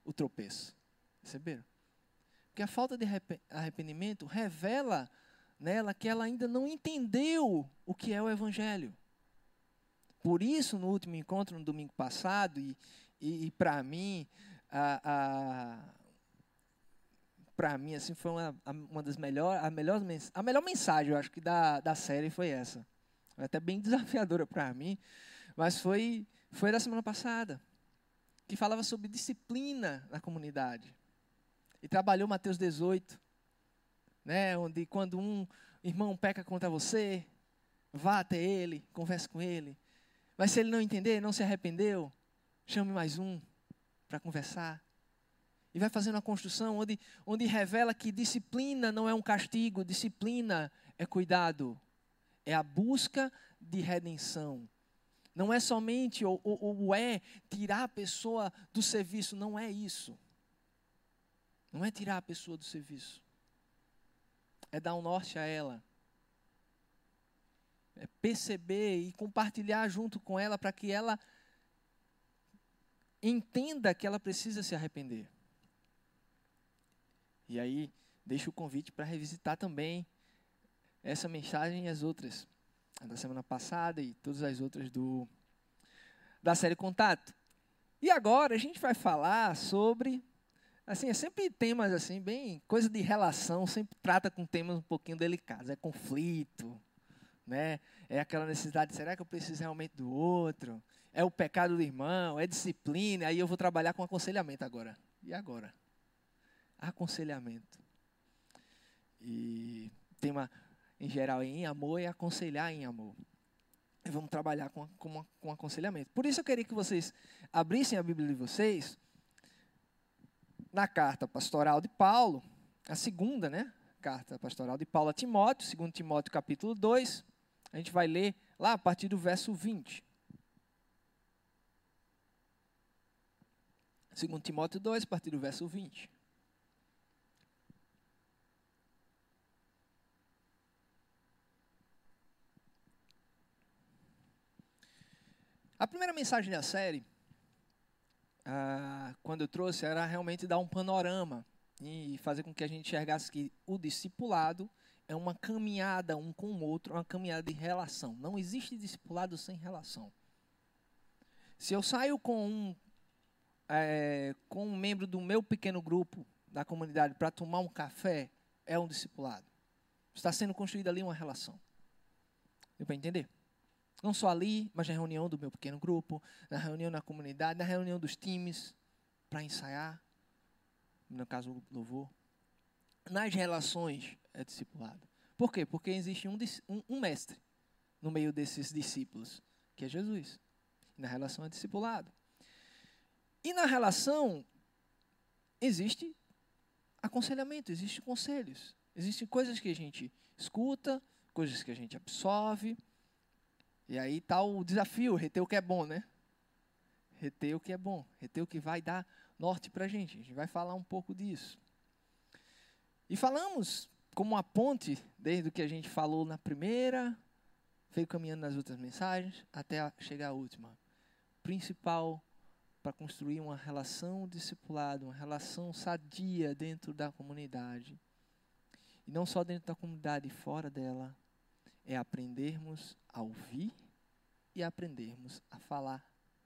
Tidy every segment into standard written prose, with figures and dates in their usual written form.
o tropeço. Perceberam? Porque a falta de arrependimento revela nela que ela ainda não entendeu o que é o Evangelho. Por isso, no último encontro, no domingo passado, e para mim, assim, foi uma das melhores, a melhor mensagem, eu acho que da série foi essa. Foi até bem desafiadora para mim, mas foi da semana passada, que falava sobre disciplina na comunidade. E trabalhou Mateus 18, né, onde quando um irmão peca contra você, vá até ele, converse com ele. Mas se ele não entender, não se arrependeu, chame mais um para conversar. E vai fazendo uma construção onde revela que disciplina não é um castigo, disciplina é cuidado, é a busca de redenção. Não é somente ou é tirar a pessoa do serviço, não é isso. Não é tirar a pessoa do serviço. É dar um norte a ela. É perceber e compartilhar junto com ela para que ela entenda que ela precisa se arrepender. E aí, deixo o convite para revisitar também essa mensagem e as outras, a da semana passada e todas as outras da série Contato. E agora a gente vai falar sobre, assim, é sempre temas assim, bem, coisa de relação, sempre trata com temas um pouquinho delicados, é conflito, né? É aquela necessidade, será que eu preciso realmente do outro? É o pecado do irmão, é disciplina, aí eu vou trabalhar com aconselhamento agora. E agora? Aconselhamento. E tema em geral em amor é aconselhar em amor. E vamos trabalhar com aconselhamento. Por isso eu queria que vocês abrissem a Bíblia de vocês na carta pastoral de Paulo, a segunda, né? Carta pastoral de Paulo a Timóteo, 2 Timóteo capítulo 2. A gente vai ler lá a partir do verso 20. 2 Timóteo 2, a partir do verso 20. A primeira mensagem da série, quando eu trouxe, era realmente dar um panorama e fazer com que a gente enxergasse que o discipulado é uma caminhada um com o outro, uma caminhada de relação. Não existe discipulado sem relação. Se eu saio com um membro do meu pequeno grupo da comunidade para tomar um café, é um discipulado. Está sendo construída ali uma relação. Deu para entender? Não só ali, mas na reunião do meu pequeno grupo, na reunião na comunidade, na reunião dos times, para ensaiar, no caso o louvor. Nas relações é discipulado. Por quê? Porque existe um mestre no meio desses discípulos, que é Jesus. E na relação é discipulado. E na relação existe aconselhamento, existem conselhos. Existem coisas que a gente escuta, coisas que a gente absorve. E aí está o desafio, reter o que é bom, né? Reter o que é bom, reter o que vai dar norte para a gente vai falar um pouco disso. E falamos como uma ponte, desde o que a gente falou na primeira, veio caminhando nas outras mensagens, até chegar à última. Principal para construir uma relação discipulada, uma relação sadia dentro da comunidade. E não só dentro da comunidade, fora dela, é aprendermos a ouvir e aprendermos a falar.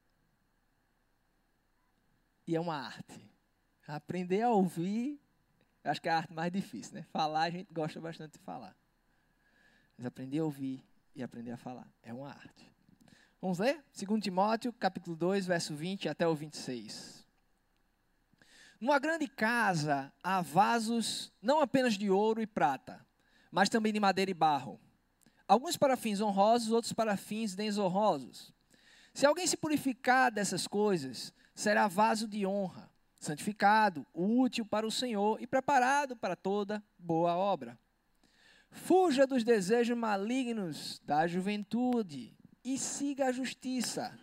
E é uma arte. Aprender a ouvir, acho que é a arte mais difícil, né? Falar, a gente gosta bastante de falar. Mas aprender a ouvir e aprender a falar é uma arte. Vamos ler? 2 Timóteo, capítulo 2, verso 20 até o 26. Numa grande casa há vasos não apenas de ouro e prata, mas também de madeira e barro. Alguns para fins honrosos, outros para fins desonrosos. Se alguém se purificar dessas coisas, será vaso de honra, santificado, útil para o Senhor e preparado para toda boa obra. Fuja dos desejos malignos da juventude e siga a justiça.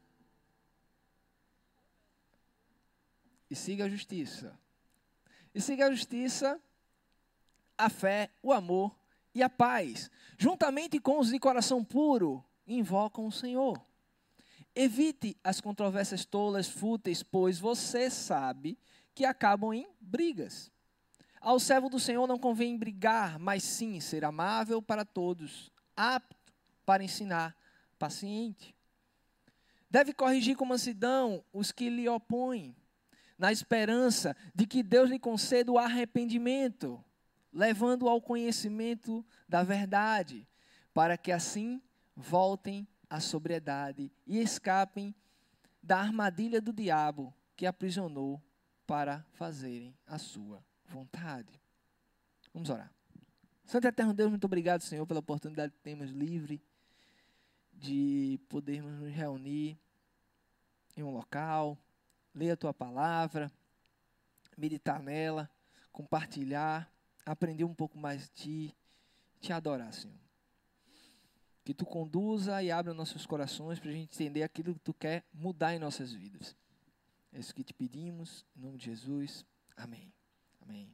E siga a justiça. E siga a justiça, a fé, o amor e a paz, juntamente com os de coração puro, invocam o Senhor. Evite as controvérsias tolas, fúteis, pois você sabe que acabam em brigas. Ao servo do Senhor não convém brigar, mas sim ser amável para todos, apto para ensinar, paciente. Deve corrigir com mansidão os que lhe opõem, na esperança de que Deus lhe conceda o arrependimento, levando ao conhecimento da verdade, para que assim voltem à sobriedade e escapem da armadilha do diabo que aprisionou para fazerem a sua vontade. Vamos orar. Santo e eterno Deus, muito obrigado, Senhor, pela oportunidade que temos livre de podermos nos reunir em um local, ler a Tua palavra, meditar nela, compartilhar, aprender um pouco mais de Ti, Te adorar, Senhor. Que Tu conduza e abra nossos corações para a gente entender aquilo que Tu quer mudar em nossas vidas. É isso que te pedimos, em nome de Jesus. Amém. Amém.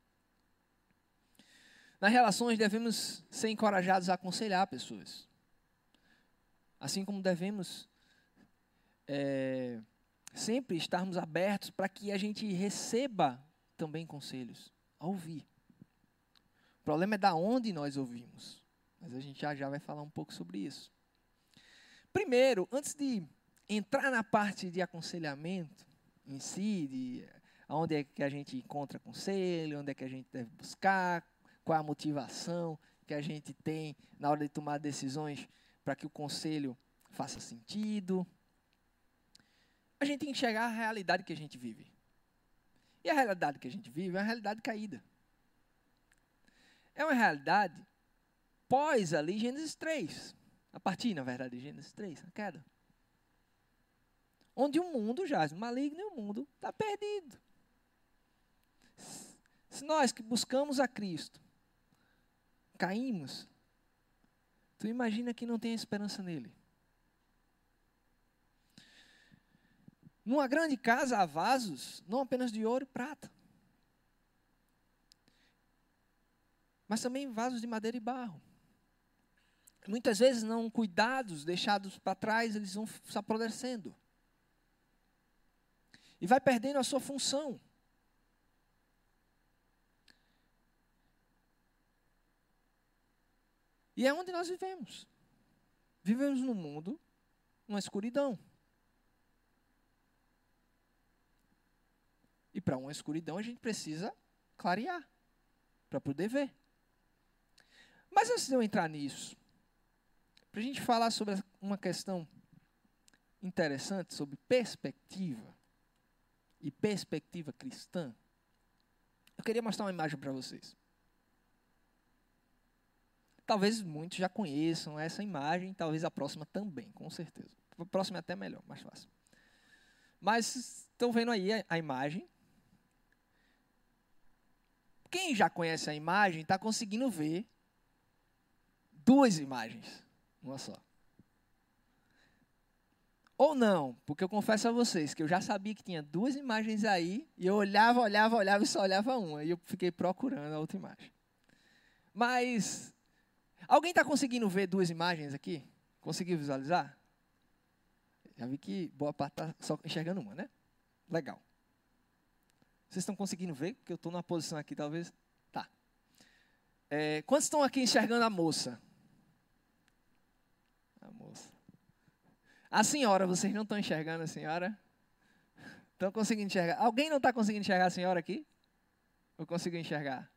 Nas relações devemos ser encorajados a aconselhar pessoas. Assim como devemos sempre estarmos abertos para que a gente receba também conselhos, a ouvir. O problema é da onde nós ouvimos, mas a gente já vai falar um pouco sobre isso. Primeiro, antes de entrar na parte de aconselhamento em si, de onde é que a gente encontra conselho, onde é que a gente deve buscar, qual é a motivação que a gente tem na hora de tomar decisões para que o conselho faça sentido. A gente tem que enxergar a realidade que a gente vive. E a realidade que a gente vive é uma realidade caída. É uma realidade pós ali Gênesis 3. A partir, na verdade, de Gênesis 3, a queda. Onde o mundo jaz maligno e o mundo está perdido. Se nós que buscamos a Cristo caímos, tu imagina que não tem esperança nele. Numa grande casa há vasos, não apenas de ouro e prata, mas também vasos de madeira e barro. Muitas vezes, não cuidados, deixados para trás, eles vão se apodrecendo. E vai perdendo a sua função. E é onde nós vivemos. Vivemos num mundo, numa escuridão. E para uma escuridão a gente precisa clarear, para poder ver. Mas antes de eu entrar nisso, para a gente falar sobre uma questão interessante, sobre perspectiva, e perspectiva cristã, eu queria mostrar uma imagem para vocês. Talvez muitos já conheçam essa imagem, talvez a próxima também, com certeza. A próxima é até melhor, mais fácil. Mas estão vendo aí a imagem. Quem já conhece a imagem está conseguindo ver duas imagens, uma só. Ou não, porque eu confesso a vocês que eu já sabia que tinha duas imagens aí, e eu olhava e só olhava uma, e eu fiquei procurando a outra imagem. Mas, alguém está conseguindo ver duas imagens aqui? Conseguiu visualizar? Já vi que boa parte está só enxergando uma, né? Legal. Vocês estão conseguindo ver? Porque eu estou numa posição aqui, talvez. Tá. Quantos estão aqui enxergando a moça? A moça. A senhora, vocês não estão enxergando a senhora? Estão conseguindo enxergar? Alguém não está conseguindo enxergar a senhora aqui? Ou conseguiu enxergar?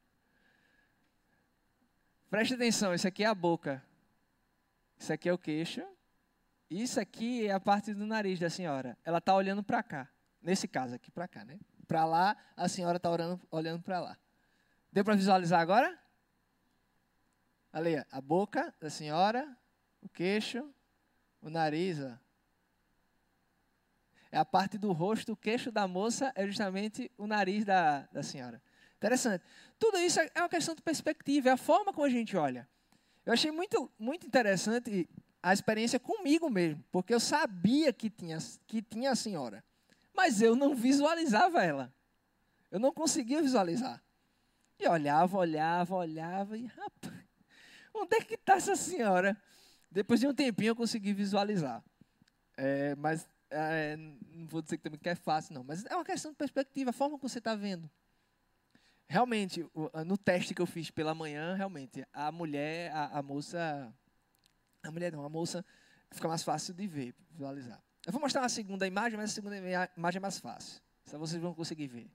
Preste atenção, isso aqui é a boca. Isso aqui é o queixo. Isso aqui é a parte do nariz da senhora. Ela está olhando para cá. Nesse caso aqui, para cá, né? Para lá, a senhora está olhando para lá. Deu para visualizar agora? Ali, a boca da senhora, o queixo, o nariz, ó. É a parte do rosto, o queixo da moça é justamente o nariz da senhora. Interessante. Tudo isso é uma questão de perspectiva, é a forma como a gente olha. Eu achei muito, muito interessante a experiência comigo mesmo, porque eu sabia que tinha a senhora, mas eu não visualizava ela. Eu não conseguia visualizar. E olhava, e rapaz, onde é que está essa senhora? Depois de um tempinho eu consegui visualizar. Mas não vou dizer que também que é fácil, não. Mas é uma questão de perspectiva, a forma que você está vendo. Realmente, no teste que eu fiz pela manhã, realmente, a mulher, a moça... A mulher não, a moça fica mais fácil de ver, visualizar. Eu vou mostrar uma segunda imagem, mas a segunda imagem é mais fácil. Só vocês vão conseguir ver.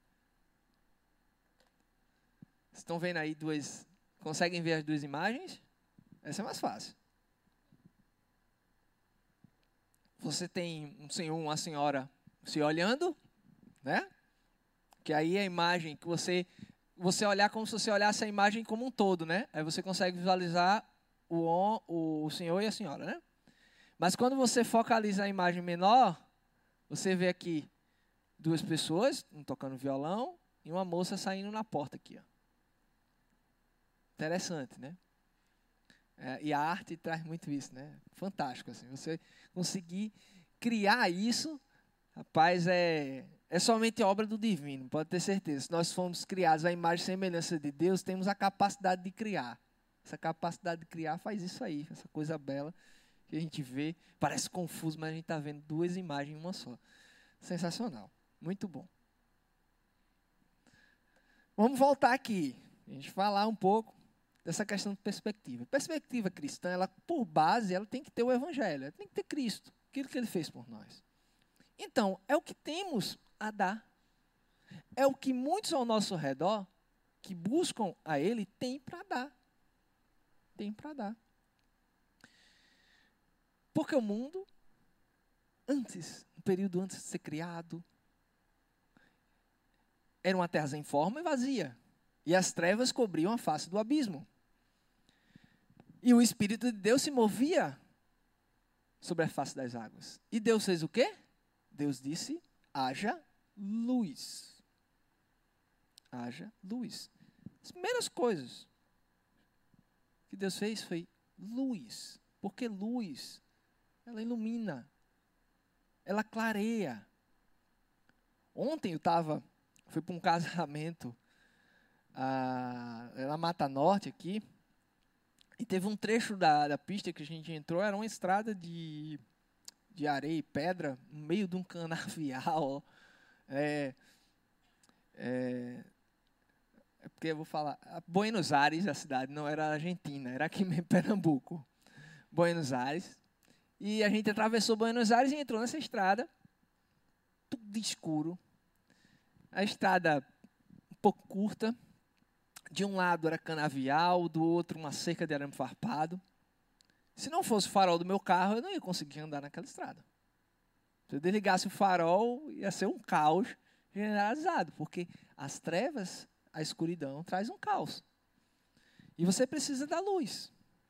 Vocês estão vendo aí duas... Conseguem ver as duas imagens? Essa é mais fácil. Você tem um senhor, uma senhora se olhando, né? Que aí é a imagem que você olhar como se você olhasse a imagem como um todo, né? Aí você consegue visualizar o senhor e a senhora, né? Mas quando você focaliza a imagem menor, você vê aqui duas pessoas, um tocando violão e uma moça saindo na porta aqui, ó. Interessante, né? E a arte traz muito isso, né? Fantástico, assim. Você conseguir criar isso, rapaz, é somente obra do divino, pode ter certeza. Se nós fomos criados à imagem e semelhança de Deus, temos a capacidade de criar. Essa capacidade de criar faz isso aí, essa coisa bela que a gente vê. Parece confuso, mas a gente está vendo duas imagens em uma só. Sensacional. Muito bom. Vamos voltar aqui. A gente falar um pouco dessa questão de perspectiva. Perspectiva cristã, ela, por base, ela tem que ter o evangelho. Ela tem que ter Cristo. Aquilo que ele fez por nós. Então, é o que temos a dar. É o que muitos ao nosso redor, que buscam a ele, têm para dar. Tem para dar. Porque o mundo, no período antes de ser criado, era uma terra sem forma e vazia. E as trevas cobriam a face do abismo. E o Espírito de Deus se movia sobre a face das águas. E Deus fez o quê? Deus disse, haja luz. Haja luz. As primeiras coisas que Deus fez foi luz. Porque luz, ela ilumina. Ela clareia. Ontem fui para um casamento na Mata Norte aqui. E teve um trecho da pista que a gente entrou, era uma estrada de areia e pedra, no meio de um canavial. Porque eu vou falar, Buenos Aires, a cidade, não era Argentina, era aqui mesmo, Pernambuco. Buenos Aires. E a gente atravessou Buenos Aires e entrou nessa estrada, tudo escuro. A estrada um pouco curta. De um lado era canavial, do outro uma cerca de arame farpado. Se não fosse o farol do meu carro, eu não ia conseguir andar naquela estrada. Se eu desligasse o farol, ia ser um caos generalizado, porque as trevas, a escuridão, traz um caos. E você precisa da luz.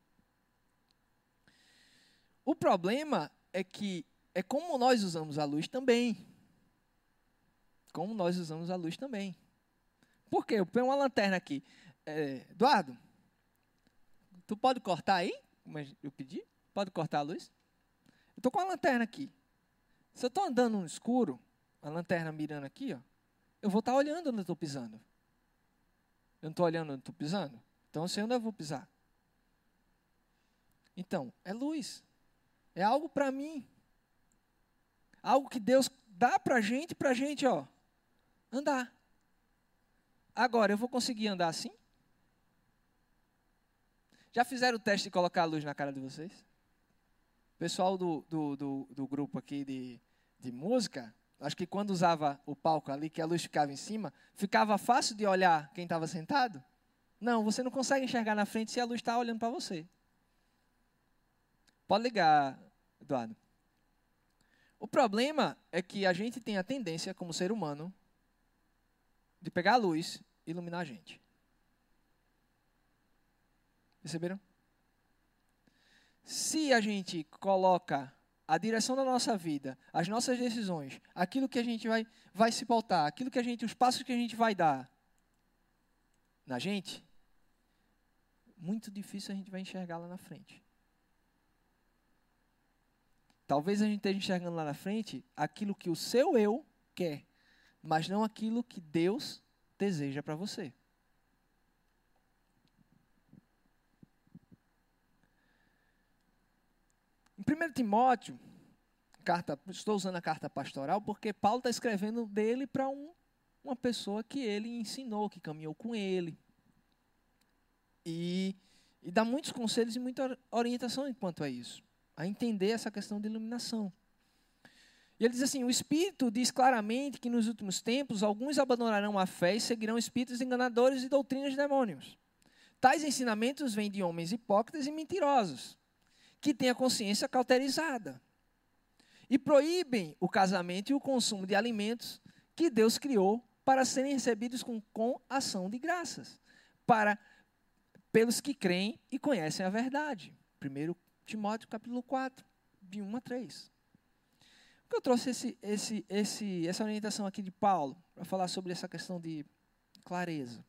O problema é que é como nós usamos a luz também. Como nós usamos a luz também. Por quê? Eu ponho uma lanterna aqui. Eduardo, tu pode cortar aí? Como eu pedi? Pode cortar a luz? Eu estou com a lanterna aqui. Se eu estou andando no escuro, a lanterna mirando aqui, ó, eu vou estar olhando onde eu estou pisando. Eu não estou olhando onde eu estou pisando? Então eu sei onde eu vou pisar. Então, é luz. É algo para mim. Algo que Deus dá para a gente, ó, andar. Agora, eu vou conseguir andar assim? Já fizeram o teste de colocar a luz na cara de vocês? O pessoal do grupo aqui de música, acho que quando usava o palco ali, que a luz ficava em cima, ficava fácil de olhar quem estava sentado? Não, você não consegue enxergar na frente se a luz está olhando para você. Pode ligar, Eduardo. O problema é que a gente tem a tendência, como ser humano, de pegar a luz e iluminar a gente. Perceberam? Se a gente coloca a direção da nossa vida, as nossas decisões, aquilo que a gente vai se pautar, os passos que a gente vai dar na gente, muito difícil a gente vai enxergar lá na frente. Talvez a gente esteja enxergando lá na frente aquilo que o seu eu quer, mas não aquilo que Deus deseja para você. Em 1 Timóteo, estou usando a carta pastoral porque Paulo está escrevendo dele para uma pessoa que ele ensinou, que caminhou com ele. E dá muitos conselhos e muita orientação enquanto a isso, a entender essa questão de iluminação. E ele diz assim: o Espírito diz claramente que nos últimos tempos alguns abandonarão a fé e seguirão espíritos enganadores e doutrinas de demônios. Tais ensinamentos vêm de homens hipócritas e mentirosos, que têm a consciência cauterizada e proíbem o casamento e o consumo de alimentos que Deus criou para serem recebidos com ação de graças, pelos que creem e conhecem a verdade. 1 Timóteo capítulo 4, de 1 a 3. Por que eu trouxe essa orientação aqui de Paulo para falar sobre essa questão de clareza?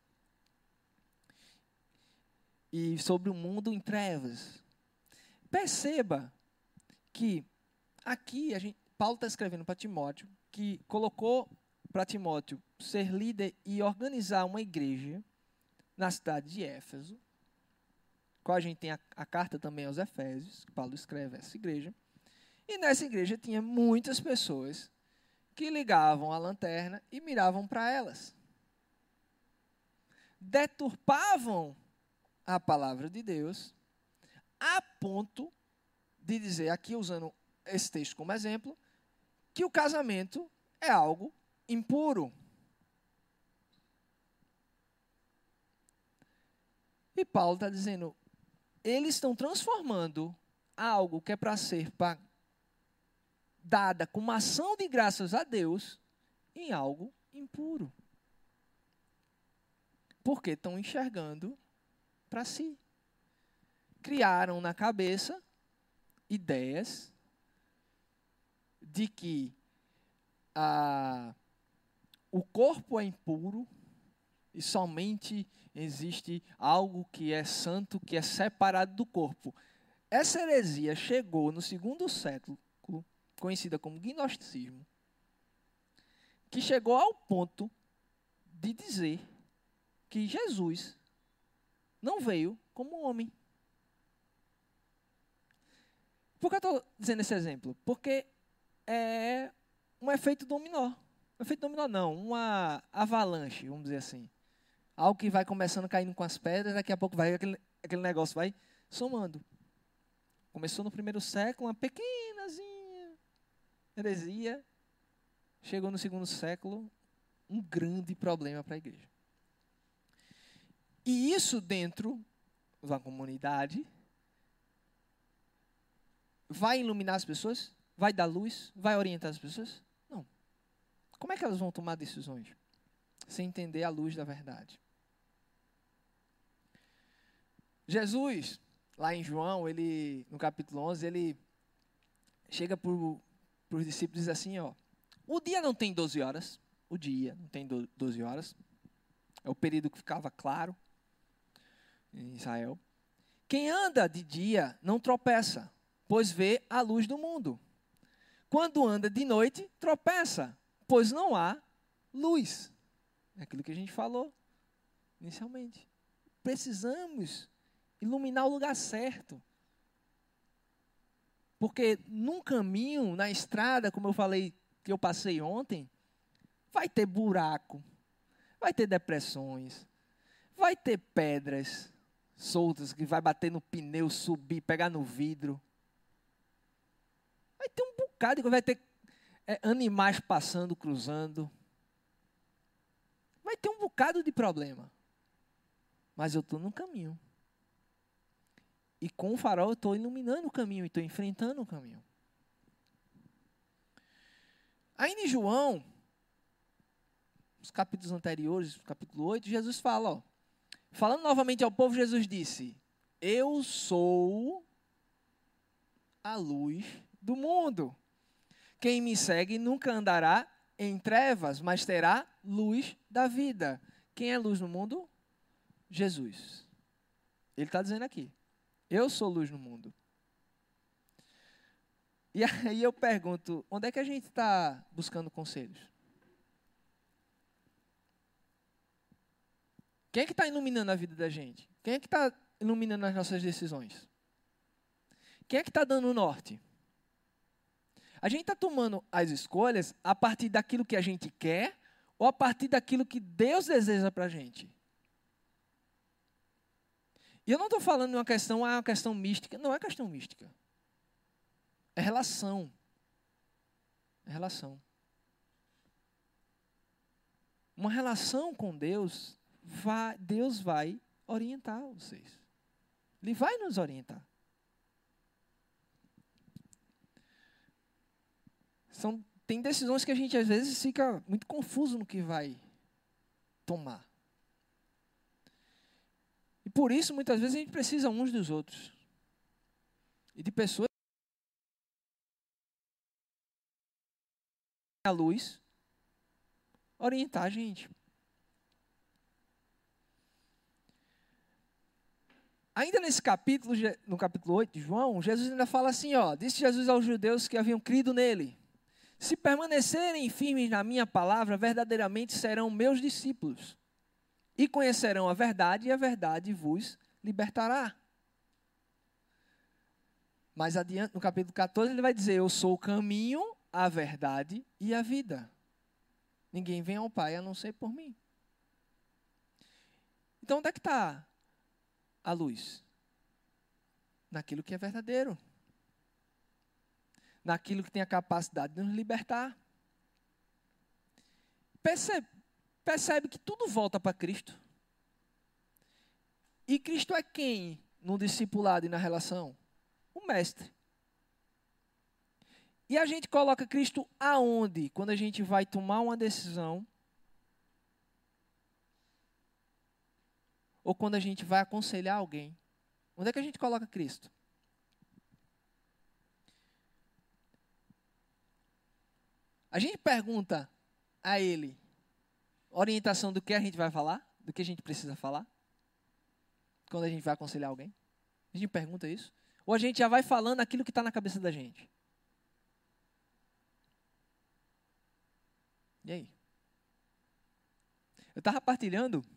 E sobre o mundo em trevas. Perceba que aqui Paulo está escrevendo para Timóteo, que colocou para Timóteo ser líder e organizar uma igreja na cidade de Éfeso, qual a gente tem a carta também aos Efésios, que Paulo escreve essa igreja. E nessa igreja tinha muitas pessoas que ligavam a lanterna e miravam para elas. Deturpavam a palavra de Deus a ponto de dizer, aqui usando esse texto como exemplo, que o casamento é algo impuro. E Paulo está dizendo, eles estão transformando algo que é para ser dada como ação de graças a Deus em algo impuro. Porque estão enxergando para si. Criaram na cabeça ideias de que o corpo é impuro e somente existe algo que é santo, que é separado do corpo. Essa heresia chegou no 2º século, conhecida como gnosticismo, que chegou ao ponto de dizer que Jesus não veio como homem. Por que eu estou dizendo esse exemplo? Porque é um efeito dominó. Um efeito dominó não, uma avalanche, vamos dizer assim. Algo que vai começando caindo com as pedras, daqui a pouco aquele negócio vai somando. Começou no 1º século, uma pequenazinha heresia. Chegou no 2º século, um grande problema para a igreja. E isso dentro da comunidade vai iluminar as pessoas? Vai dar luz? Vai orientar as pessoas? Não. Como é que elas vão tomar decisões? Sem entender a luz da verdade. Jesus, lá em João, no capítulo 11, ele chega para os discípulos e diz assim, ó, o dia não tem 12 horas, o dia não tem 12 horas, é o período que ficava claro em Israel. Quem anda de dia não tropeça, pois vê a luz do mundo. Quando anda de noite, tropeça, pois não há luz. É aquilo que a gente falou inicialmente. Precisamos iluminar o lugar certo. Porque num caminho, na estrada, como eu falei, que eu passei ontem, vai ter buraco, vai ter depressões, vai ter pedras soltas que vai bater no pneu, subir, pegar no vidro. Vai ter um bocado, vai ter animais passando, cruzando. Vai ter um bocado de problema. Mas eu estou no caminho. E com o farol eu estou iluminando o caminho e estou enfrentando o caminho. Ainda em João, nos capítulos anteriores, capítulo 8, Jesus fala, ó, falando novamente ao povo, Jesus disse, eu sou a luz do mundo. Quem me segue nunca andará em trevas, mas terá luz da vida. Quem é luz no mundo? Jesus. Ele está dizendo aqui, eu sou luz no mundo. E aí eu pergunto, onde é que a gente está buscando conselhos? Quem é que está iluminando a vida da gente? Quem é que está iluminando as nossas decisões? Quem é que está dando o norte? A gente está tomando as escolhas a partir daquilo que a gente quer ou a partir daquilo que Deus deseja para a gente. E eu não estou falando de uma questão mística. Não é questão mística. É relação. É relação. Uma relação com Deus, Deus vai orientar vocês. Ele vai nos orientar. Tem decisões que a gente às vezes fica muito confuso no que vai tomar. E por isso, muitas vezes, a gente precisa uns dos outros. E de pessoas à luz orientar a gente. Ainda nesse capítulo, no capítulo 8 de João, Jesus ainda fala assim, disse Jesus aos judeus que haviam crido nele: se permanecerem firmes na minha palavra, verdadeiramente serão meus discípulos. E conhecerão a verdade, e a verdade vos libertará. Mais adiante, no capítulo 14, ele vai dizer: eu sou o caminho, a verdade e a vida. Ninguém vem ao Pai a não ser por mim. Então, onde é que está a luz? Naquilo que é verdadeiro. Naquilo que tem a capacidade de nos libertar. Percebe que tudo volta para Cristo. E Cristo é quem no discipulado e na relação? O mestre. E a gente coloca Cristo aonde? Quando a gente vai tomar uma decisão, ou quando a gente vai aconselhar alguém. Onde é que a gente coloca Cristo? A gente pergunta a Ele orientação do que a gente vai falar, do que a gente precisa falar, quando a gente vai aconselhar alguém. A gente pergunta isso. Ou a gente já vai falando aquilo que está na cabeça da gente. E aí? Eu estava partilhando,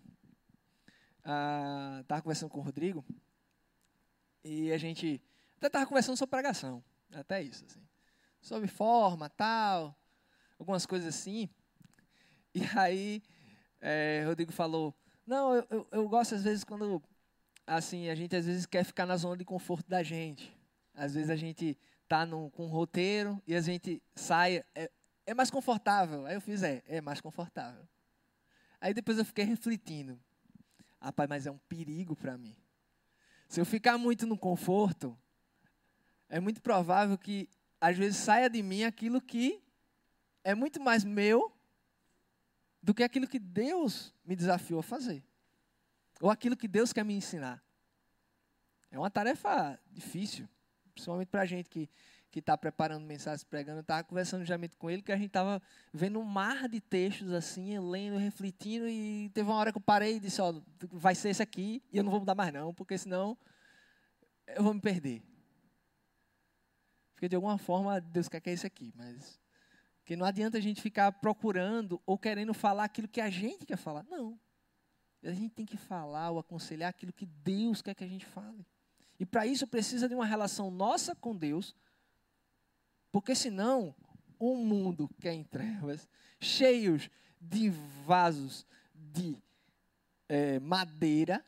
estava conversando com o Rodrigo, e a gente até estava conversando sobre pregação, até isso, assim, sobre forma, tal, algumas coisas assim. E aí, Rodrigo falou, não, eu gosto às vezes quando, assim, a gente às vezes quer ficar na zona de conforto da gente. Às vezes a gente está com um roteiro e a gente sai, é mais confortável. Aí eu fiz, é mais confortável. Aí depois eu fiquei refletindo. Rapaz, mas é um perigo para mim. Se eu ficar muito no conforto, é muito provável que às vezes saia de mim aquilo que é muito mais meu do que aquilo que Deus me desafiou a fazer. Ou aquilo que Deus quer me ensinar. É uma tarefa difícil, principalmente para a gente que está preparando mensagens, pregando. Eu estava conversando justamente com ele, que a gente estava vendo um mar de textos assim, lendo, refletindo, e teve uma hora que eu parei e disse, vai ser esse aqui, e eu não vou mudar mais não, porque senão eu vou me perder. Porque de alguma forma Deus quer que é esse aqui, mas porque não adianta a gente ficar procurando ou querendo falar aquilo que a gente quer falar. Não. A gente tem que falar ou aconselhar aquilo que Deus quer que a gente fale. E para isso precisa de uma relação nossa com Deus, porque senão um mundo que é em trevas, cheios de vasos de madeira,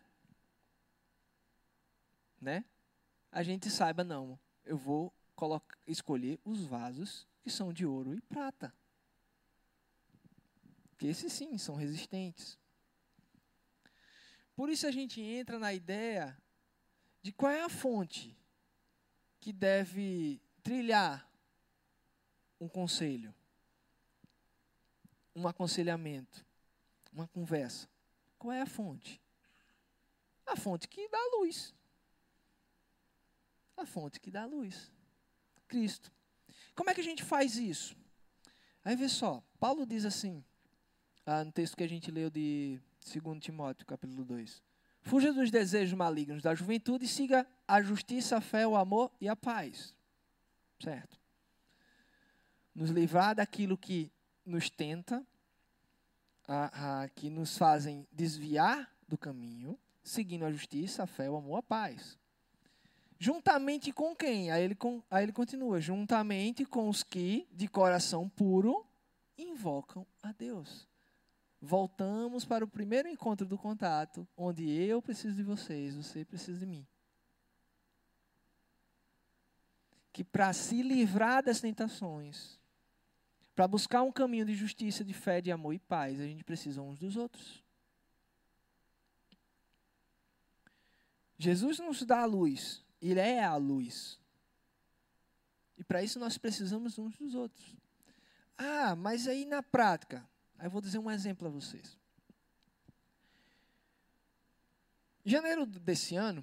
né? A gente saiba, não, eu vou escolher os vasos que são de ouro e prata. Que esses sim são resistentes. Por isso a gente entra na ideia de qual é a fonte que deve trilhar um conselho, um aconselhamento, uma conversa. Qual é a fonte? A fonte que dá luz. A fonte que dá luz. Cristo. Como é que a gente faz isso? Aí vê só, Paulo diz assim, no texto que a gente leu de 2 Timóteo, capítulo 2. Fuja dos desejos malignos da juventude e siga a justiça, a fé, o amor e a paz. Certo? Nos livrar daquilo que nos tenta, que nos fazem desviar do caminho, seguindo a justiça, a fé, o amor, a paz. Juntamente com quem? Aí ele continua, juntamente com os que, de coração puro, invocam a Deus. Voltamos para o primeiro encontro do contato, onde eu preciso de vocês, você precisa de mim. Que para se livrar das tentações, para buscar um caminho de justiça, de fé, de amor e paz, a gente precisa uns dos outros. Jesus nos dá a luz, Ele é a luz. E para isso nós precisamos uns dos outros. Ah, mas aí na prática, aí eu vou dizer um exemplo a vocês. Em janeiro desse ano,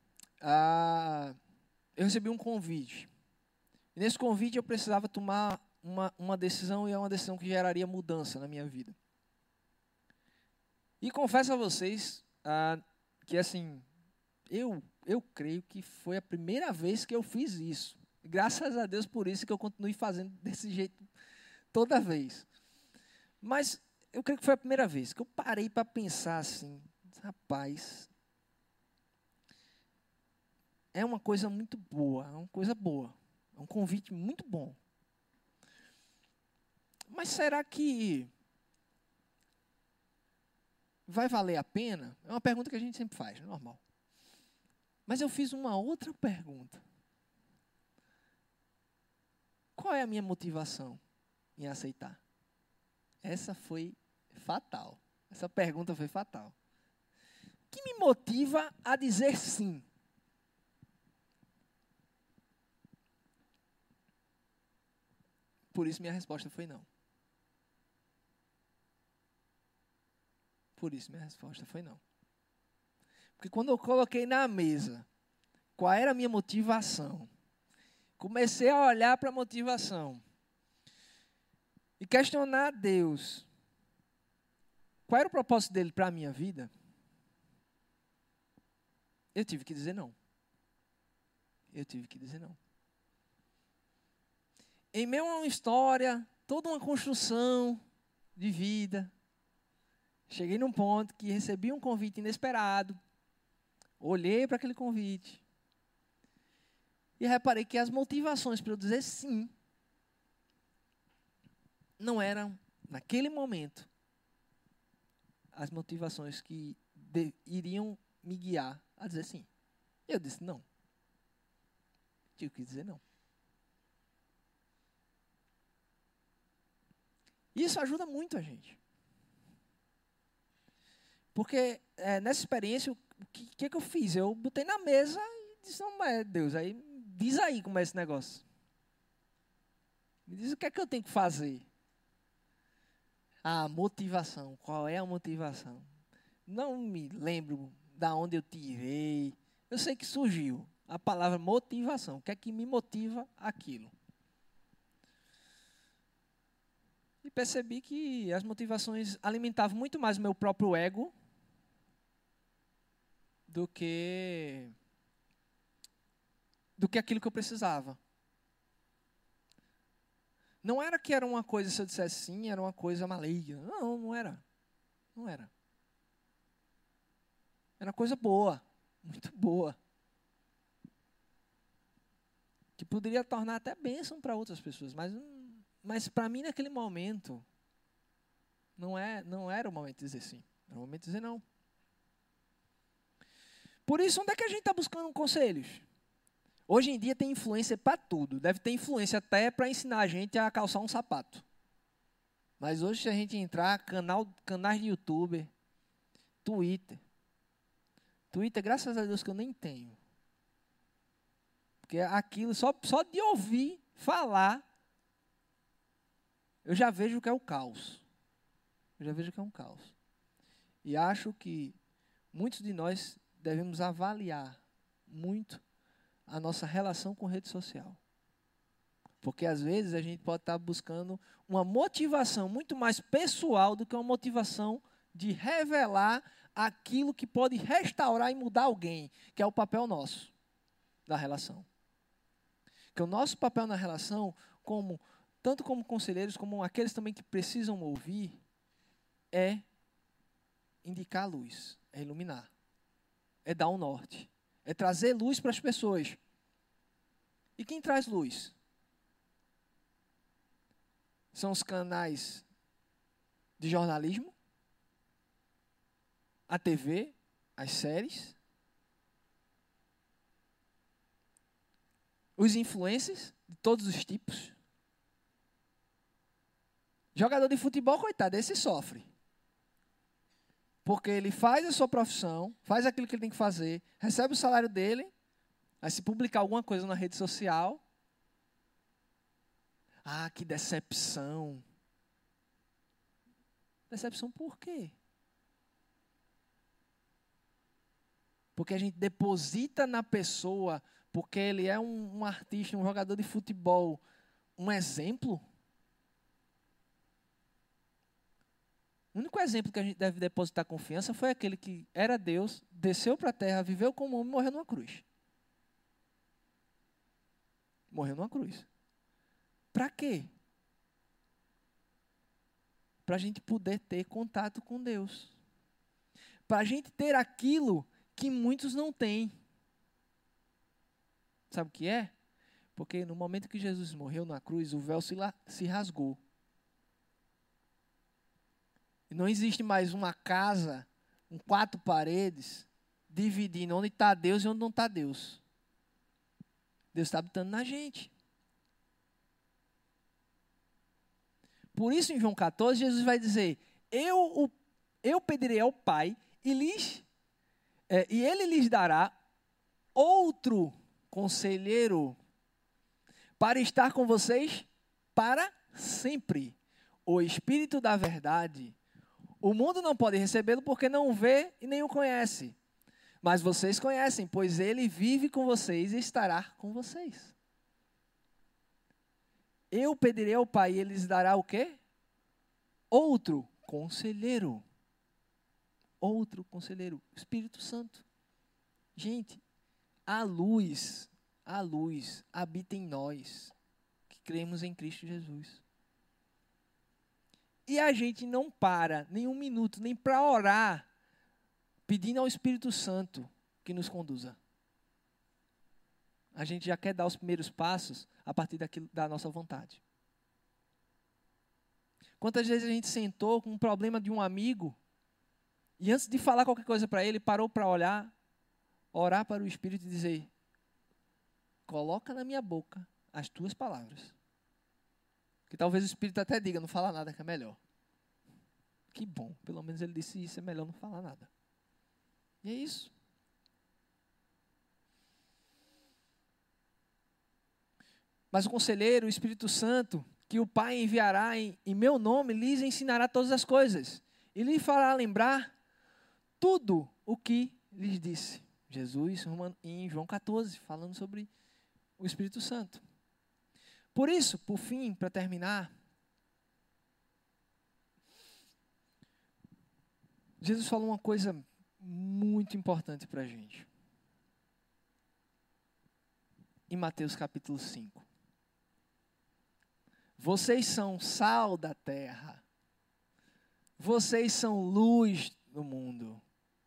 eu recebi um convite. E nesse convite eu precisava tomar uma decisão, e é uma decisão que geraria mudança na minha vida. E confesso a vocês que assim, eu creio que foi a primeira vez que eu fiz isso. Graças a Deus por isso que eu continuo fazendo desse jeito toda vez. Mas eu creio que foi a primeira vez que eu parei para pensar assim, rapaz, é uma coisa muito boa, é uma coisa boa, é um convite muito bom. Mas será que vai valer a pena? É uma pergunta que a gente sempre faz, normal. Mas eu fiz uma outra pergunta. Qual é a minha motivação em aceitar? Essa foi fatal. Essa pergunta foi fatal. O que me motiva a dizer sim? Por isso minha resposta foi não. Por isso minha resposta foi não. Porque quando eu coloquei na mesa qual era a minha motivação, comecei a olhar para a motivação e questionar a Deus. Qual era o propósito dele para a minha vida? Eu tive que dizer não. Eu tive que dizer não. Em meio a uma história, toda uma construção de vida, cheguei num ponto que recebi um convite inesperado, olhei para aquele convite e reparei que as motivações para eu dizer sim não eram, naquele momento, as motivações que iriam me guiar a dizer sim. Eu disse não. Tive que dizer não. Isso ajuda muito a gente. Porque nessa experiência, o que eu fiz? Eu botei na mesa e disse, não, mas Deus, aí diz aí como é esse negócio. Me diz o que é que eu tenho que fazer. A motivação, qual é a motivação? Não me lembro da onde eu tirei. Eu sei que surgiu a palavra motivação. O que é que me motiva aquilo? E percebi que as motivações alimentavam muito mais o meu próprio ego do que aquilo que eu precisava. Não era que era uma coisa, se eu dissesse sim, era uma coisa maligna. Não, não era. Não era. Era coisa boa, muito boa. Que poderia tornar até bênção para outras pessoas, mas para mim naquele momento não era o momento de dizer sim, era o momento de dizer não. Por isso, onde é que a gente está buscando conselhos? Hoje em dia tem influência para tudo. Deve ter influência até para ensinar a gente a calçar um sapato. Mas hoje, se a gente entrar, canais de YouTube, Twitter, graças a Deus que eu nem tenho. Porque aquilo, só de ouvir falar, eu já vejo que é o caos. Eu já vejo que é um caos. E acho que muitos de nós devemos avaliar muito a nossa relação com rede social. Porque às vezes a gente pode estar buscando uma motivação muito mais pessoal do que uma motivação de revelar aquilo que pode restaurar e mudar alguém, que é o papel nosso da relação. Que o nosso papel na relação, tanto como conselheiros, como aqueles também que precisam ouvir, é indicar a luz, é iluminar, é dar um norte, é trazer luz para as pessoas. E quem traz luz? São os canais de jornalismo, a TV, as séries, os influencers de todos os tipos. Jogador de futebol, coitado, esse sofre. Porque ele faz a sua profissão, faz aquilo que ele tem que fazer, recebe o salário dele, aí se publicar alguma coisa na rede social, que decepção. Decepção por quê? Porque a gente deposita na pessoa, porque ele é um artista, um jogador de futebol, um exemplo. O único exemplo que a gente deve depositar confiança foi aquele que era Deus, desceu para a terra, viveu como homem e morreu numa cruz. Morreu numa cruz. Para quê? Para a gente poder ter contato com Deus. Para a gente ter aquilo que muitos não têm. Sabe o que é? Porque no momento que Jesus morreu na cruz, o véu se rasgou. E não existe mais uma casa, com 4 paredes, dividindo onde está Deus e onde não está Deus. Deus está habitando na gente. Por isso, em João 14, Jesus vai dizer, eu pedirei ao Pai e Ele lhes dará outro conselheiro para estar com vocês para sempre. O Espírito da verdade. O mundo não pode recebê-lo porque não o vê e nem o conhece. Mas vocês conhecem, pois ele vive com vocês e estará com vocês. Eu pedirei ao Pai e ele lhes dará o quê? Outro conselheiro. Outro conselheiro. Espírito Santo. Gente, a luz habita em nós, que cremos em Cristo Jesus. E a gente não para nem um minuto, nem para orar, pedindo ao Espírito Santo que nos conduza. A gente já quer dar os primeiros passos a partir da nossa vontade. Quantas vezes a gente sentou com um problema de um amigo e antes de falar qualquer coisa para ele, parou para orar para o Espírito e dizer, coloca na minha boca as tuas palavras. Que talvez o Espírito até diga, não fala nada que é melhor. Que bom, pelo menos ele disse isso, é melhor não falar nada. E é isso. Mas o conselheiro, o Espírito Santo, que o Pai enviará em meu nome, lhes ensinará todas as coisas. E lhe fará lembrar tudo o que lhes disse. Jesus, em João 14, falando sobre o Espírito Santo. Por isso, por fim, para terminar, Jesus falou uma coisa muito importante para a gente. Em Mateus capítulo 5. Vocês são sal da terra. Vocês são luz do mundo.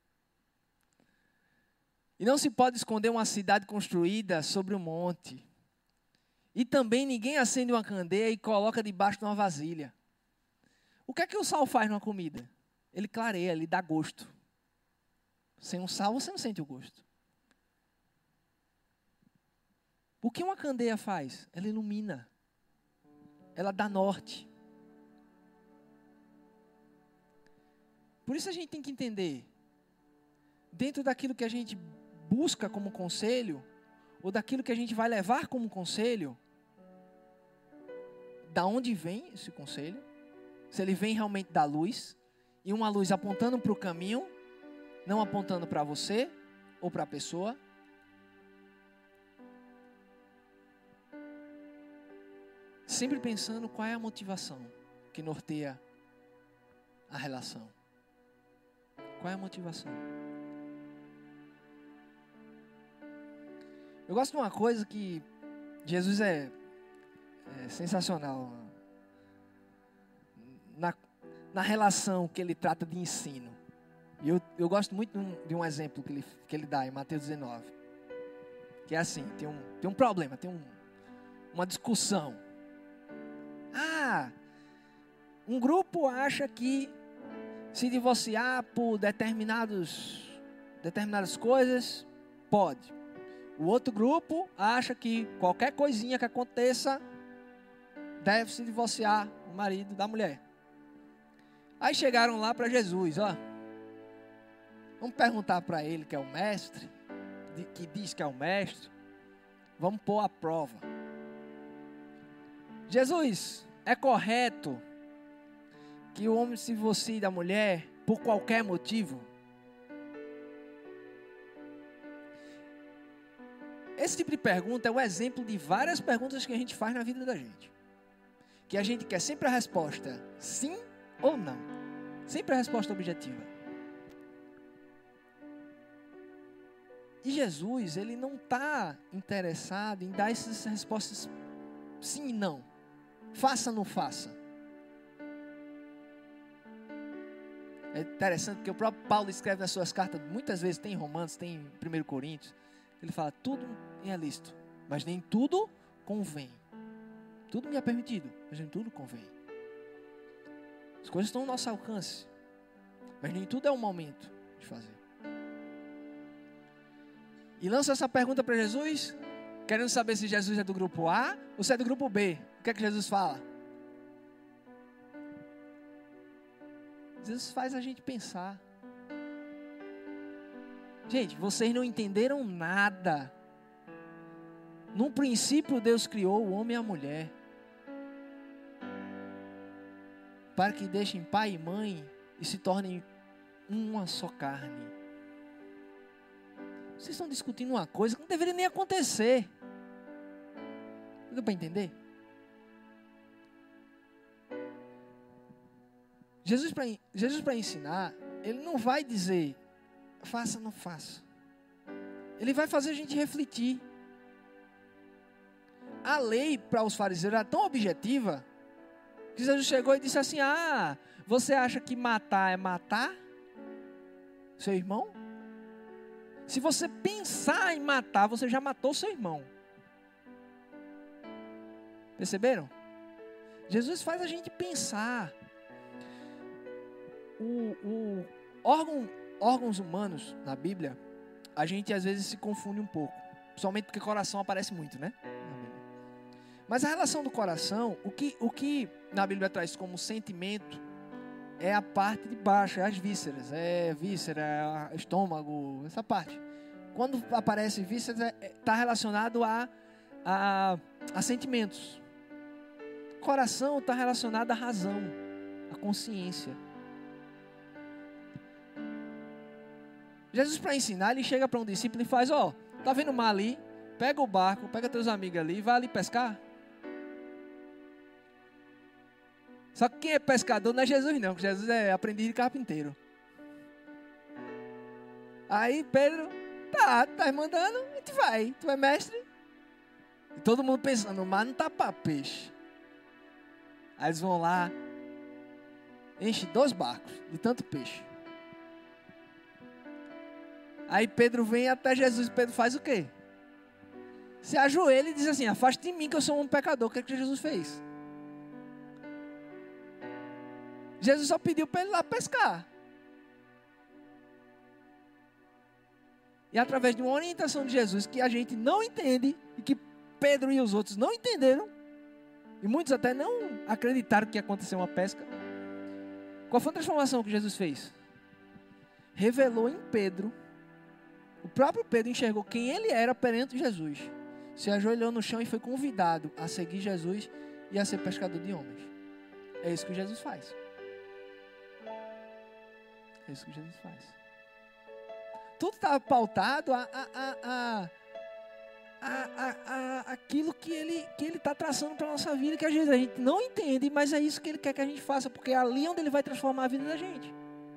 E não se pode esconder uma cidade construída sobre um monte. E também ninguém acende uma candeia e coloca debaixo de uma vasilha. O que é que o sal faz numa comida? Ele clareia, ele dá gosto. Sem um sal você não sente o gosto. O que uma candeia faz? Ela ilumina. Ela dá norte. Por isso a gente tem que entender, dentro daquilo que a gente busca como conselho, ou daquilo que a gente vai levar como conselho, da onde vem esse conselho? Se ele vem realmente da luz, e uma luz apontando para o caminho, não apontando para você ou para a pessoa. Sempre pensando qual é a motivação que norteia a relação. Qual é a motivação? Eu gosto de uma coisa que Jesus é sensacional. Na relação que ele trata de ensino. E eu gosto muito de um exemplo que ele dá em Mateus 19. Que é assim, tem um problema, tem uma discussão. Um grupo acha que se divorciar por determinadas coisas, pode. O outro grupo acha que qualquer coisinha que aconteça, deve se divorciar o marido da mulher. Aí chegaram lá para Jesus, ó. Vamos perguntar para ele que é o mestre, que diz que é o mestre. Vamos pôr a prova. Jesus, é correto que o homem se divorcie da mulher por qualquer motivo? Esse tipo de pergunta é o exemplo de várias perguntas que a gente faz na vida da gente. Que a gente quer sempre a resposta sim ou não. Sempre a resposta objetiva. E Jesus, ele não está interessado em dar essas respostas sim e não. Faça ou não faça. É interessante porque o próprio Paulo escreve nas suas cartas, muitas vezes tem em Romanos, tem em 1 Coríntios, ele fala, tudo é lícito, mas nem tudo convém. Tudo me é permitido, mas nem tudo convém. As coisas estão ao nosso alcance, mas nem tudo é o momento de fazer. E lança essa pergunta para Jesus, querendo saber se Jesus é do grupo A ou se é do grupo B. O que é que Jesus fala? Jesus faz a gente pensar. Gente, vocês não entenderam nada. No princípio Deus criou o homem e a mulher para que deixem pai e mãe e se tornem uma só carne. Vocês estão discutindo uma coisa que não deveria nem acontecer. Deu para entender? Jesus para ensinar, ele não vai dizer faça ou não faça. Ele vai fazer a gente refletir. A lei para os fariseus era tão objetiva que Jesus chegou e disse assim: você acha que matar é matar seu irmão? Se você pensar em matar, você já matou seu irmão. Perceberam? Jesus faz a gente pensar. Órgãos humanos na Bíblia, a gente às vezes se confunde um pouco, principalmente porque coração aparece muito, né? Mas a relação do coração, o que na Bíblia traz como sentimento é a parte de baixo, é as vísceras, víscera, estômago, essa parte. Quando aparece vísceras, está relacionado a sentimentos. Coração está relacionado à razão, à consciência. Jesus, para ensinar, ele chega para um discípulo e faz: tá vendo o mar ali? Pega o barco, pega teus amigos ali e vai ali pescar. Só que quem é pescador não é Jesus não, porque Jesus é aprendiz de carpinteiro. Aí Pedro, tá mandando, a gente vai, tu é mestre. E todo mundo pensando, o mar não tá para peixe. Aí eles vão lá, enche 2 barcos de tanto peixe. Aí Pedro vem até Jesus e Pedro faz o quê? Se ajoelha e diz assim: afaste de mim que eu sou um pecador. O que é que Jesus fez? Jesus só pediu para ele ir lá pescar. E através de uma orientação de Jesus que a gente não entende, e que Pedro e os outros não entenderam, e muitos até não acreditaram que ia acontecer uma pesca. Qual foi a transformação que Jesus fez? Revelou em Pedro. O próprio Pedro enxergou quem ele era perante Jesus. Se ajoelhou no chão e foi convidado a seguir Jesus e a ser pescador de homens. É isso que Jesus faz. É isso que Jesus faz. Tudo estava pautado aquilo que ele está traçando para a nossa vida, que às vezes a gente não entende, mas é isso que ele quer que a gente faça, porque é ali onde ele vai transformar a vida da gente.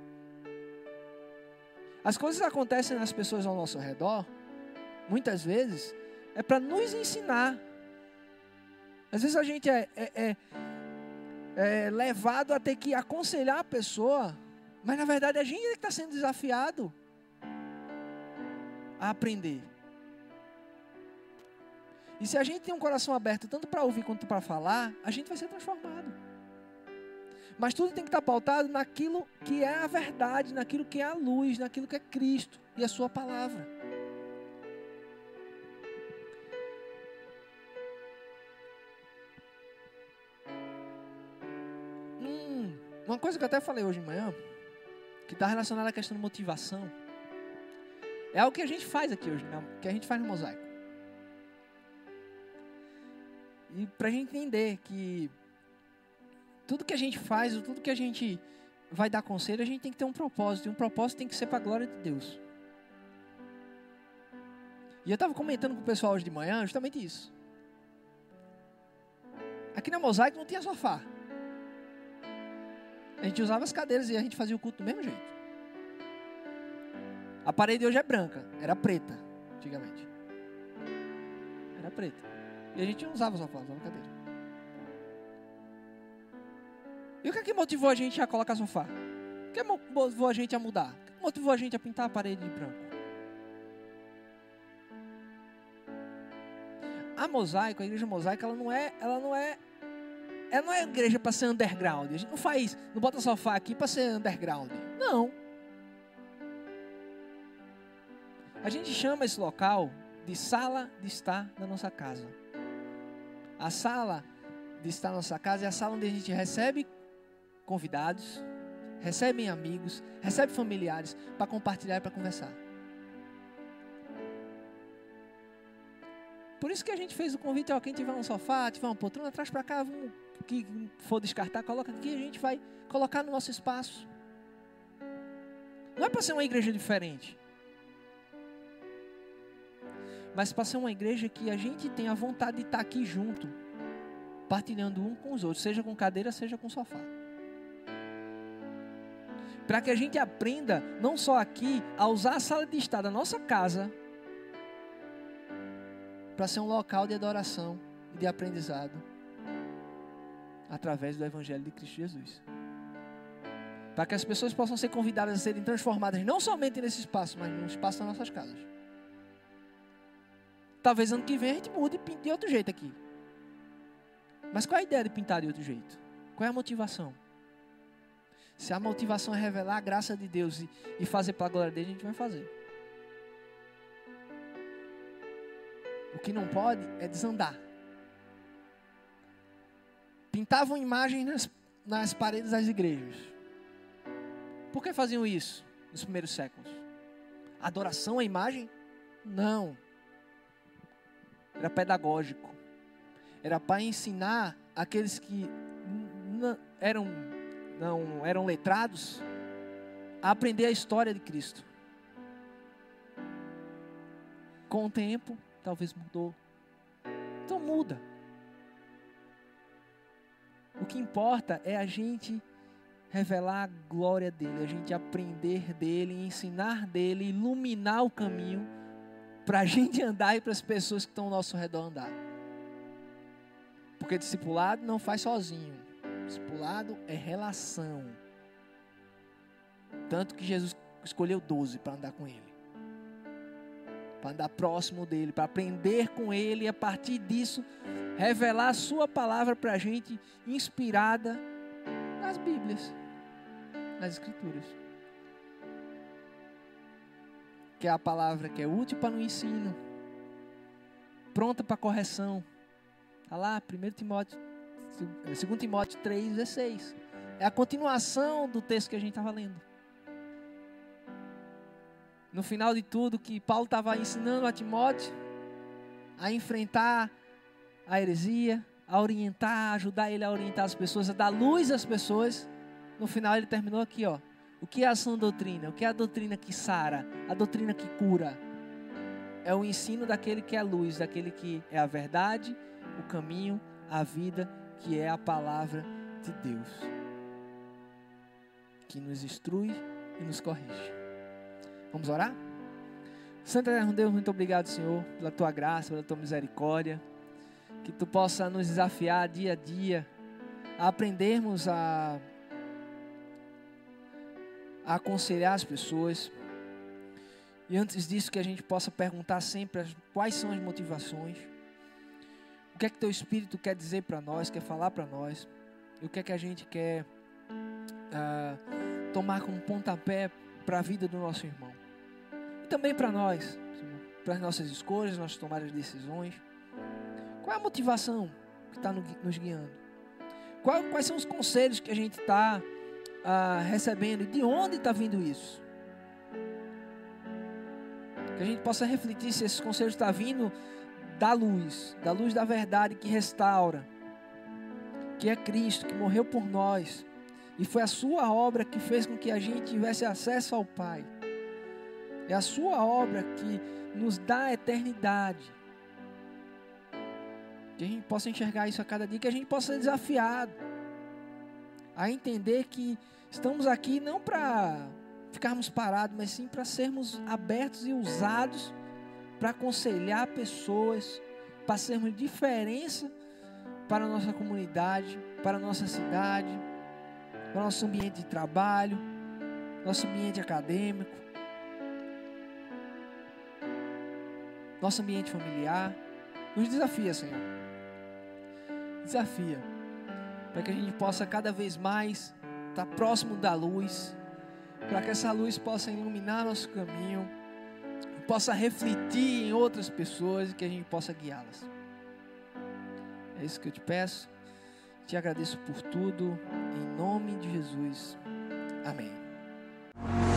As coisas acontecem nas pessoas ao nosso redor, muitas vezes, é para nos ensinar. Às vezes a gente é levado a ter que aconselhar a pessoa, mas na verdade a gente é que está sendo desafiado a aprender. E se a gente tem um coração aberto tanto para ouvir quanto para falar, a gente vai ser transformado. Mas tudo tem que estar pautado naquilo que é a verdade, naquilo que é a luz, naquilo que é Cristo e a sua palavra. Uma coisa que eu até falei hoje de manhã, que está relacionada à questão de motivação, é algo que a gente faz aqui hoje, né? Que a gente faz no Mosaico. E para a gente entender que tudo que a gente faz, tudo que a gente vai dar conselho, a gente tem que ter um propósito. E um propósito tem que ser para a glória de Deus. E eu estava comentando com o pessoal hoje de manhã justamente isso. Aqui na Mosaico não tinha sofá. A gente usava as cadeiras e a gente fazia o culto do mesmo jeito. A parede hoje é branca. Era preta, antigamente. Era preta. E a gente não usava sofá, usava cadeira. E o que é que motivou a gente a colocar sofá? O que é que motivou a gente a mudar? O que é que motivou a gente a pintar a parede de branco? A Mosaico, a igreja Mosaico, ela não é igreja para ser underground. A gente não bota sofá aqui para ser underground. Não. A gente chama esse local de sala de estar na nossa casa. A sala de estar na nossa casa é a sala onde a gente recebe convidados, recebe amigos, recebe familiares para compartilhar e para conversar. Por isso que a gente fez o convite, quem tiver um sofá, tiver uma poltrona, traz para cá, que for descartar, coloca aqui, a gente vai colocar no nosso espaço. Não é para ser uma igreja diferente, mas para ser uma igreja que a gente tem a vontade de estar aqui junto, partilhando um com os outros, seja com cadeira, seja com sofá. Para que a gente aprenda, não só aqui, a usar a sala de estar da nossa casa, para ser um local de adoração e de aprendizado, através do Evangelho de Cristo Jesus. Para que as pessoas possam ser convidadas a serem transformadas, não somente nesse espaço, mas no espaço das nossas casas. Talvez ano que vem a gente mude e pinte de outro jeito aqui. Mas qual é a ideia de pintar de outro jeito? Qual é a motivação? Se a motivação é revelar a graça de Deus e fazer para a glória dele, a gente vai fazer. O que não pode é desandar. Pintavam imagens nas paredes das igrejas. Por que faziam isso nos primeiros séculos? Adoração à imagem? Não. Era pedagógico. Era para ensinar aqueles que não eram letrados a aprender a história de Cristo. Com o tempo, talvez mudou. Então muda. O que importa é a gente revelar a glória dele, a gente aprender dele, ensinar dele, iluminar o caminho para a gente andar e para as pessoas que estão ao nosso redor andar. Porque discipulado não faz sozinho. Discipulado é relação. Tanto que Jesus escolheu 12 para andar com ele. Para andar próximo dele, para aprender com ele e a partir disso revelar a sua palavra para a gente, inspirada nas Bíblias, nas Escrituras. Que é a palavra que é útil para o ensino, pronta para a correção. Está lá, 2 Timóteo 3,16. É a continuação do texto que a gente estava lendo. No final de tudo, que Paulo estava ensinando a Timóteo a enfrentar a heresia, a orientar, a ajudar ele a orientar as pessoas, a dar luz às pessoas. No final ele terminou aqui, ó. O que é a sã doutrina? O que é a doutrina que sara? A doutrina que cura? É o ensino daquele que é a luz, daquele que é a verdade, o caminho, a vida, que é a palavra de Deus, que nos instrui e nos corrige. Vamos orar? Santo Eterno Deus, muito obrigado, Senhor, pela Tua graça, pela Tua misericórdia, que Tu possa nos desafiar dia a dia, a aprendermos a aconselhar as pessoas, e antes disso que a gente possa perguntar sempre quais são as motivações, que é que teu Espírito quer dizer para nós, quer falar para nós, e o que é que a gente quer tomar como pontapé para a vida do nosso irmão. E também para nós, para as nossas escolhas, nossas tomadas de decisões. Qual é a motivação que está nos guiando? Quais são os conselhos que a gente está recebendo? E de onde está vindo isso? Que a gente possa refletir se esses conselhos estão vindo da luz da verdade que restaura, que é Cristo, que morreu por nós, e foi a sua obra que fez com que a gente tivesse acesso ao Pai. É a sua obra que nos dá a eternidade. Que a gente possa enxergar isso a cada dia, que a gente possa ser desafiado a entender que estamos aqui não para ficarmos parados, mas sim para sermos abertos e usados para aconselhar pessoas, para sermos diferença para a nossa comunidade, para a nossa cidade, para o nosso ambiente de trabalho, nosso ambiente acadêmico, nosso ambiente familiar. Nos desafia, Senhor. Desafia, para que a gente possa cada vez mais estar próximo da luz, para que essa luz possa iluminar nosso caminho, possa refletir em outras pessoas e que a gente possa guiá-las. É isso que eu te peço, te agradeço por tudo, em nome de Jesus, amém.